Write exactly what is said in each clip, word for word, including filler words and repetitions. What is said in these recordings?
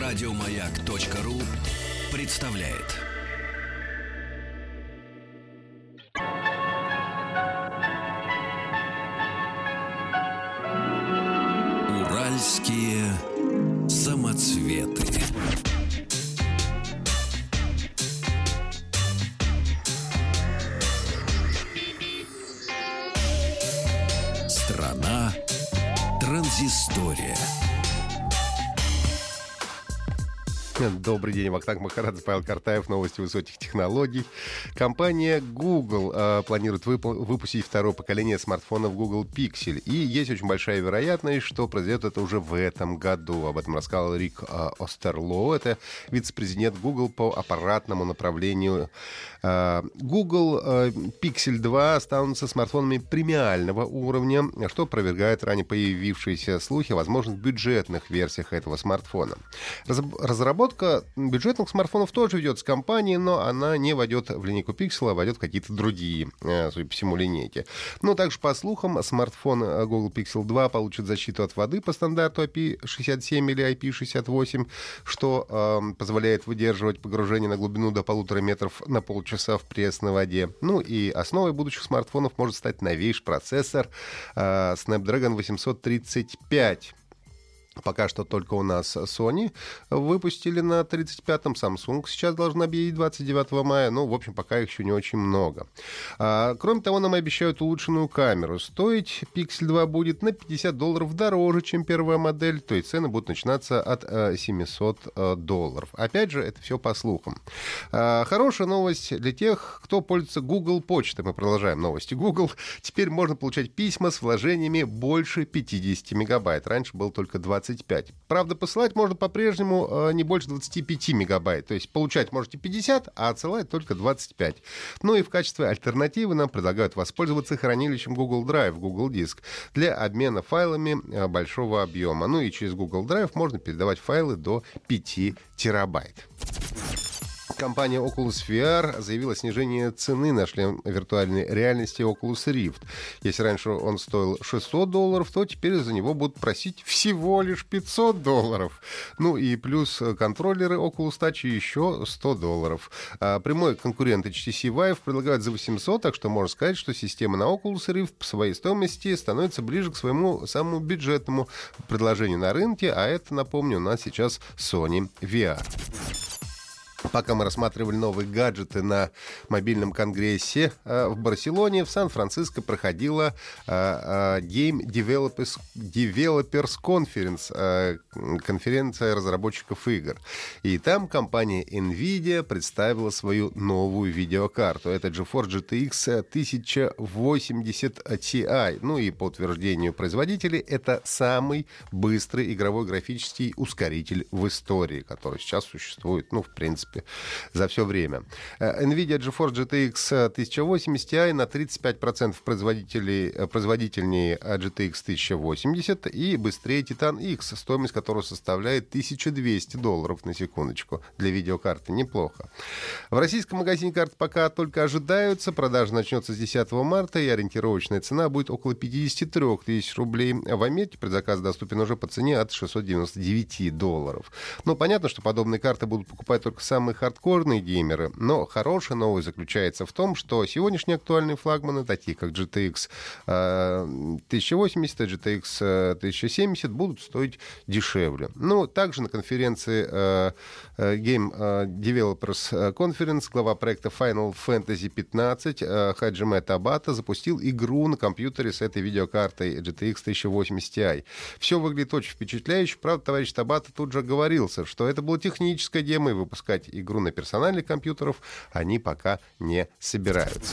Радиомаяк.ру представляет. Уральские самоцветы. Страна транзистория. Добрый день, Вахтанг Махарадзе, Павел Картаев, новости высоких технологий. Компания Google э, планирует вып- выпустить второе поколение смартфонов Google Pixel. И есть очень большая вероятность, что произойдет это уже в этом году. Об этом рассказал Рик э, Остерлоу, это вице-президент Google по аппаратному направлению. Э, Google э, Pixel два останутся смартфонами премиального уровня, что опровергает ранее появившиеся слухи о возможных бюджетных версиях этого смартфона. Раз- разработка бюджетных смартфонов тоже ведется компанией, но она не войдет в линейку Pixel, а войдет в какие-то другие, судя по всему, линейки. Но также, по слухам, смартфон Google Pixel два получит защиту от воды по стандарту ай пи шестьдесят семь или ай пи шестьдесят восемь, что э, позволяет выдерживать погружение на глубину до полутора метров на полчаса в пресной воде. Ну и основой будущих смартфонов может стать новейший процессор э, Snapdragon восемьсот тридцать пять. Пока что только у нас Sony выпустили на тридцать пятом, Samsung сейчас должен объявить двадцать девятого мая, ну, в общем, пока их еще не очень много. А, кроме того, нам обещают улучшенную камеру. Стоить Pixel два будет на пятьдесят долларов дороже, чем первая модель, то есть цены будут начинаться от а, семьсот а, долларов. Опять же, это все по слухам. А, хорошая новость для тех, кто пользуется Google почтой. Мы продолжаем новости Google. Теперь можно получать письма с вложениями больше пятьдесят мегабайт. Раньше было только двадцать пять. Правда, посылать можно по-прежнему э, не больше двадцать пять мегабайт. То есть получать можете пятьдесят, а отсылать только двадцать пять. Ну и в качестве альтернативы нам предлагают воспользоваться хранилищем Google Drive, Google Диск, для обмена файлами э, большого объема. Ну и через Google Drive можно передавать файлы до пяти терабайт. Компания Oculus ви ар заявила о снижении цены на шлем виртуальной реальности Oculus Rift. Если раньше он стоил шестьсот долларов, то теперь за него будут просить всего лишь пятьсот долларов. Ну и плюс контроллеры Oculus Touch еще сто долларов. А прямой конкурент эйч ти си Vive предлагают за восемьсот, так что можно сказать, что система на Oculus Rift по своей стоимости становится ближе к своему самому бюджетному предложению на рынке, а это, напомню, у нас сейчас Sony ви ар. Пока мы рассматривали новые гаджеты на мобильном конгрессе э, в Барселоне, в Сан-Франциско проходила э, э, Game Developers, Developers Conference, э, конференция разработчиков игр. И там компания NVIDIA представила свою новую видеокарту. Это GeForce джи ти экс тысяча восемьдесят Ti. Ну и по утверждению производителей, это самый быстрый игровой графический ускоритель в истории, который сейчас существует, ну, в принципе, за все время. NVIDIA GeForce джи ти экс тысяча восемьдесят Ti на тридцать пять процентов производительнее джи ти экс тысяча восемьдесят и быстрее Titan X, стоимость которого составляет тысяча двести долларов на секундочку. Для видеокарты неплохо. В российском магазине карт пока только ожидаются. Продажа начнется с десятого марта, и ориентировочная цена будет около пятьдесят три тысячи рублей. В Америке предзаказ доступен уже по цене от шестьсот девяносто девять долларов. Но понятно, что подобные карты будут покупать только самые хардкорные геймеры, но хорошая новость заключается в том, что сегодняшние актуальные флагманы, такие как джи ти экс тысяча восемьдесят и джи ти экс тысяча семьдесят, будут стоить дешевле. Ну, также на конференции uh, Game Developers Conference глава проекта Final Fantasy пятнадцать uh, Хаджиме Табата запустил игру на компьютере с этой видеокартой джи ти экс тысяча восемьдесят Ti. Все выглядит очень впечатляюще. Правда, товарищ Табата тут же оговорился, что это было техническое демо, и выпускать игру на персональных компьютерах они пока не собираются.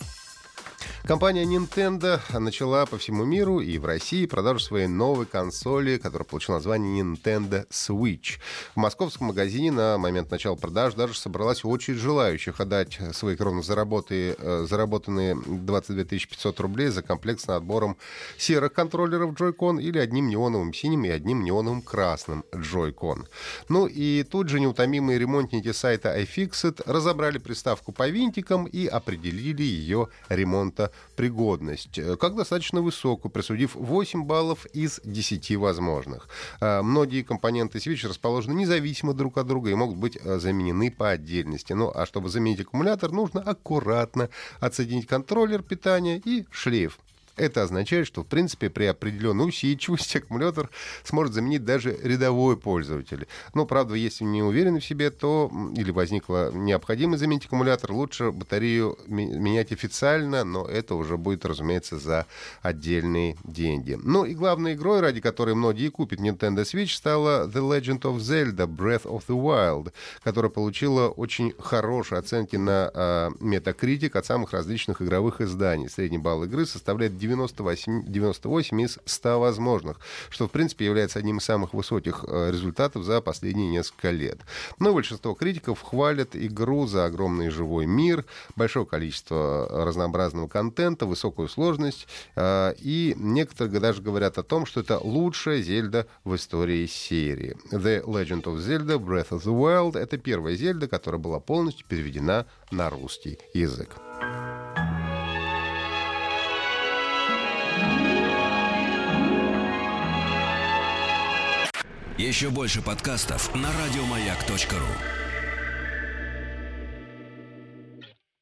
Компания Nintendo начала по всему миру и в России продажу своей новой консоли, которая получила название Nintendo Switch. В московском магазине на момент начала продаж даже собралась очередь желающих отдать свои кровно заработанные двадцать две тысячи пятьсот рублей за комплект с набором серых контроллеров Joy-Con или одним неоновым синим и одним неоновым красным Joy-Con. Ну и тут же неутомимые ремонтники сайта iFixit разобрали приставку по винтикам и определили ее ремонтоспособность. пригодность как достаточно высокую, присудив восемь баллов из десяти возможных. Многие компоненты Switch расположены независимо друг от друга и могут быть заменены по отдельности. Ну, а чтобы заменить аккумулятор, нужно аккуратно отсоединить контроллер питания и шлейф. Это означает, что, в принципе, при определенной усидчивости аккумулятор сможет заменить даже рядовой пользователь. Но, правда, если не уверены в себе, то или возникла необходимость заменить аккумулятор, лучше батарею менять официально, но это уже будет, разумеется, за отдельные деньги. Ну и главной игрой, ради которой многие купят Nintendo Switch, стала The Legend of Zelda Breath of the Wild, которая получила очень хорошие оценки на э, Metacritic от самых различных игровых изданий. Средний балл игры составляет девяносто восемь, девяносто восемь из ста возможных, что, в принципе, является одним из самых высоких результатов за последние несколько лет. Но большинство критиков хвалят игру за огромный живой мир, большое количество разнообразного контента, высокую сложность, и некоторые даже говорят о том, что это лучшая Зельда в истории серии. The Legend of Zelda Breath of the Wild — это первая Зельда, которая была полностью переведена на русский язык. Еще больше подкастов на радиомаяк точка ру.